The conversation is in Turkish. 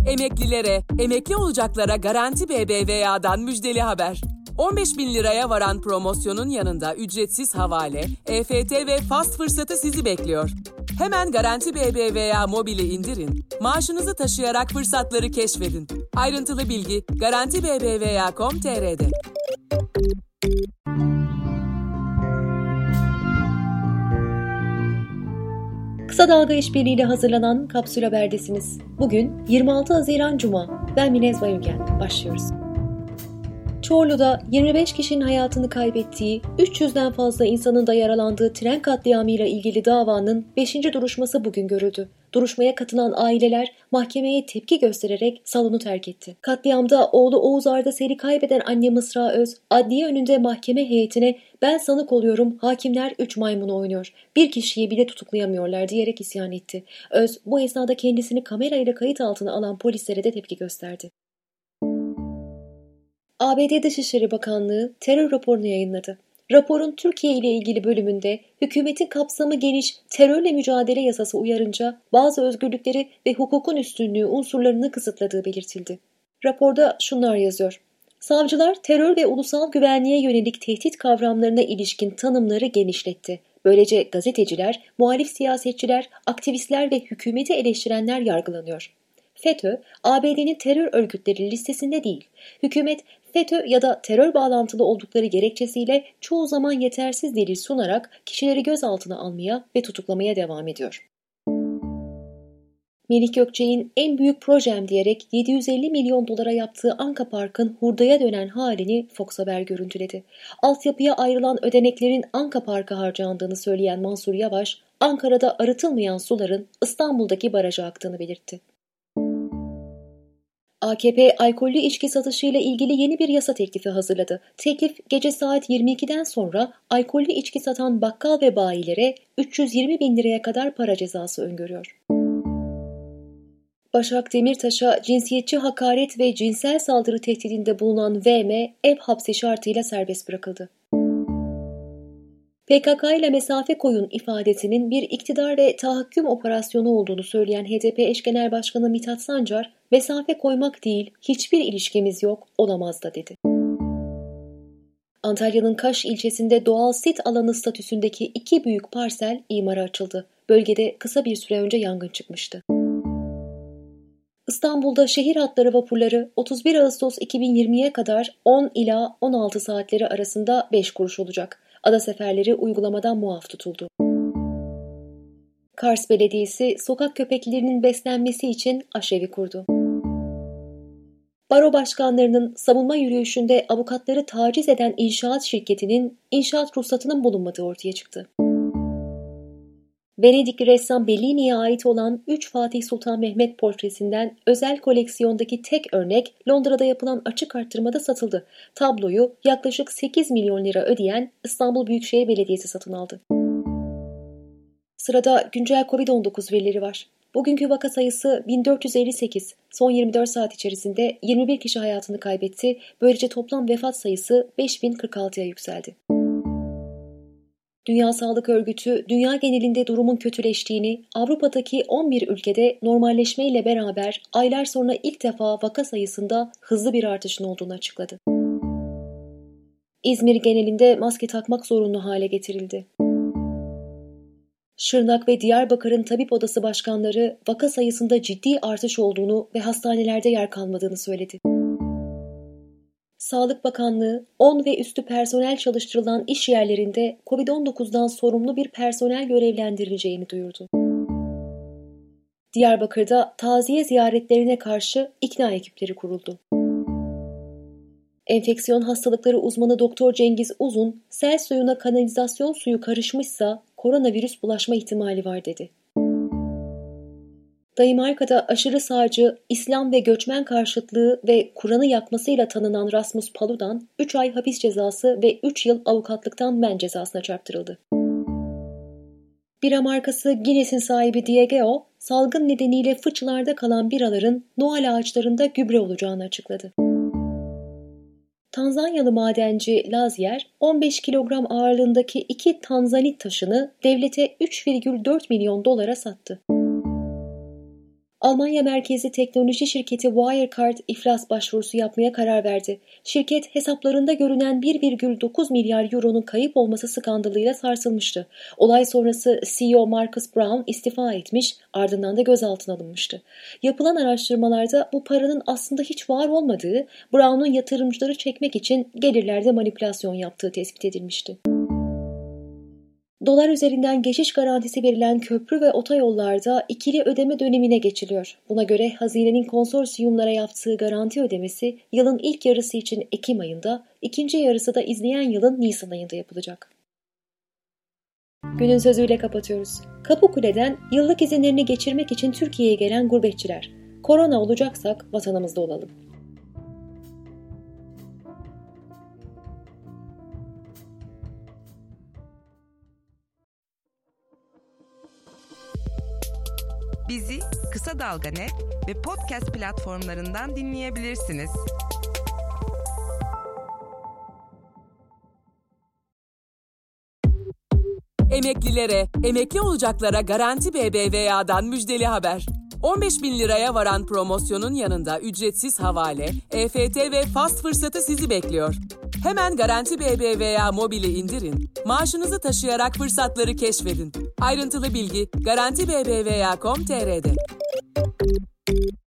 Emeklilere, emekli olacaklara Garanti BBVA'dan müjdeli haber. 15.000 liraya varan promosyonun yanında ücretsiz havale, EFT ve fast fırsatı sizi bekliyor. Hemen Garanti BBVA mobili indirin, maaşınızı taşıyarak fırsatları keşfedin. Ayrıntılı bilgi garantibbva.com.tr'de. Kısa Dalga İşbirliğiyle hazırlanan Kapsül Haber'desiniz. Bugün 26 Haziran Cuma. Ben Minez Bayülgen. Başlıyoruz. Çorlu'da 25 kişinin hayatını kaybettiği, 300'den fazla insanın da yaralandığı tren katliamıyla ilgili davanın 5. duruşması bugün görüldü. Duruşmaya katılan aileler mahkemeye tepki göstererek salonu terk etti. Katliamda oğlu Oğuz Arda Sel'i kaybeden anne Mısra Öz, adliye önünde mahkeme heyetine "Ben sanık oluyorum, hakimler 3 maymunu oynuyor. Bir kişiyi bile tutuklayamıyorlar" diyerek isyan etti. Öz, bu esnada kendisini kamerayla kayıt altına alan polislere de tepki gösterdi. ABD Dışişleri Bakanlığı terör raporunu yayınladı. Raporun Türkiye ile ilgili bölümünde hükümetin kapsamı geniş terörle mücadele yasası uyarınca bazı özgürlükleri ve hukukun üstünlüğü unsurlarını kısıtladığı belirtildi. Raporda şunlar yazıyor. Savcılar terör ve ulusal güvenliğe yönelik tehdit kavramlarına ilişkin tanımları genişletti. Böylece gazeteciler, muhalif siyasetçiler, aktivistler ve hükümeti eleştirenler yargılanıyor. FETÖ, ABD'nin terör örgütleri listesinde değil. Hükümet, FETÖ ya da terör bağlantılı oldukları gerekçesiyle çoğu zaman yetersiz delil sunarak kişileri gözaltına almaya ve tutuklamaya devam ediyor. Melih Gökçek'in en büyük projem diyerek 750 milyon dolara yaptığı Anka Park'ın hurdaya dönen halini Fox Haber görüntüledi. Altyapıya ayrılan ödeneklerin Anka Park'a harcandığını söyleyen Mansur Yavaş, Ankara'da arıtılmayan suların İstanbul'daki baraja aktığını belirtti. AKP, alkollü içki satışıyla ilgili yeni bir yasa teklifi hazırladı. Teklif, gece saat 22'den sonra alkollü içki satan bakkal ve bayilere 320 bin liraya kadar para cezası öngörüyor. Başak Demirtaş'a cinsiyetçi hakaret ve cinsel saldırı tehdidinde bulunan VM, ev hapsi şartıyla serbest bırakıldı. PKK ile mesafe koyun ifadesinin bir iktidar ve tahakküm operasyonu olduğunu söyleyen HDP eş genel başkanı Mithat Sancar, mesafe koymak değil, hiçbir ilişkimiz yok, olamaz da dedi. Antalya'nın Kaş ilçesinde doğal sit alanı statüsündeki 2 büyük parsel imara açıldı. Bölgede kısa bir süre önce yangın çıkmıştı. İstanbul'da şehir hatları vapurları 31 Ağustos 2020'ye kadar 10 ila 16 saatleri arasında 5 kuruş olacak. Ada seferleri uygulamadan muaf tutuldu. Kars Belediyesi sokak köpeklerinin beslenmesi için aşevi kurdu. Baro başkanlarının savunma yürüyüşünde avukatları taciz eden inşaat şirketinin inşaat ruhsatının bulunmadığı ortaya çıktı. Venedikli ressam Bellini'ye ait olan 3 Fatih Sultan Mehmet portresinden özel koleksiyondaki tek örnek Londra'da yapılan açık arttırmada satıldı. Tabloyu yaklaşık 8 milyon lira ödeyen İstanbul Büyükşehir Belediyesi satın aldı. Sırada güncel Covid-19 verileri var. Bugünkü vaka sayısı 1458. Son 24 saat içerisinde 21 kişi hayatını kaybetti. Böylece toplam vefat sayısı 5046'ya yükseldi. Dünya Sağlık Örgütü, dünya genelinde durumun kötüleştiğini, Avrupa'daki 11 ülkede normalleşmeyle beraber aylar sonra ilk defa vaka sayısında hızlı bir artışın olduğunu açıkladı. İzmir genelinde maske takmak zorunlu hale getirildi. Şırnak ve Diyarbakır'ın tabip odası başkanları vaka sayısında ciddi artış olduğunu ve hastanelerde yer kalmadığını söyledi. Sağlık Bakanlığı, 10 ve üstü personel çalıştırılan iş yerlerinde COVID-19'dan sorumlu bir personel görevlendirileceğini duyurdu. Diyarbakır'da taziye ziyaretlerine karşı ikna ekipleri kuruldu. Enfeksiyon hastalıkları uzmanı Doktor Cengiz Uzun, sel suyuna kanalizasyon suyu karışmışsa koronavirüs bulaşma ihtimali var dedi. Danimarka'da aşırı sağcı, İslam ve göçmen karşıtlığı ve Kur'an'ı yakmasıyla tanınan Rasmus Paludan 3 ay hapis cezası ve 3 yıl avukatlıktan men cezasına çarptırıldı. Bira markası Guinness'in sahibi Diageo, salgın nedeniyle fıçılarda kalan biraların Noel ağaçlarında gübre olacağını açıkladı. Tanzanyalı madenci Lazier, 15 kilogram ağırlığındaki 2 tanzanit taşını devlete 3,4 milyon dolara sattı. Almanya merkezli teknoloji şirketi Wirecard iflas başvurusu yapmaya karar verdi. Şirket hesaplarında görünen 1,9 milyar euronun kayıp olması skandalıyla sarsılmıştı. Olay sonrası CEO Marcus Braun istifa etmiş, ardından da gözaltına alınmıştı. Yapılan araştırmalarda bu paranın aslında hiç var olmadığı, Braun'un yatırımcıları çekmek için gelirlerde manipülasyon yaptığı tespit edilmişti. Dolar üzerinden geçiş garantisi verilen köprü ve otoyollarda ikili ödeme dönemine geçiliyor. Buna göre hazinenin konsorsiyumlara yaptığı garanti ödemesi yılın ilk yarısı için Ekim ayında, ikinci yarısı da izleyen yılın Nisan ayında yapılacak. Günün sözüyle kapatıyoruz. Kapıkule'den yıllık izinlerini geçirmek için Türkiye'ye gelen gurbetçiler. Korona olacaksak vatanımızda olalım. Bizi Kısa Dalga Net ve podcast platformlarından dinleyebilirsiniz. Emeklilere, emekli olacaklara Garanti BBVA'dan müjdeli haber. 15.000 liraya varan promosyonun yanında ücretsiz havale, EFT ve fast fırsatı sizi bekliyor. Hemen Garanti BBVA mobili indirin, maaşınızı taşıyarak fırsatları keşfedin. Ayrıntılı bilgi garantibbva.com.tr'de.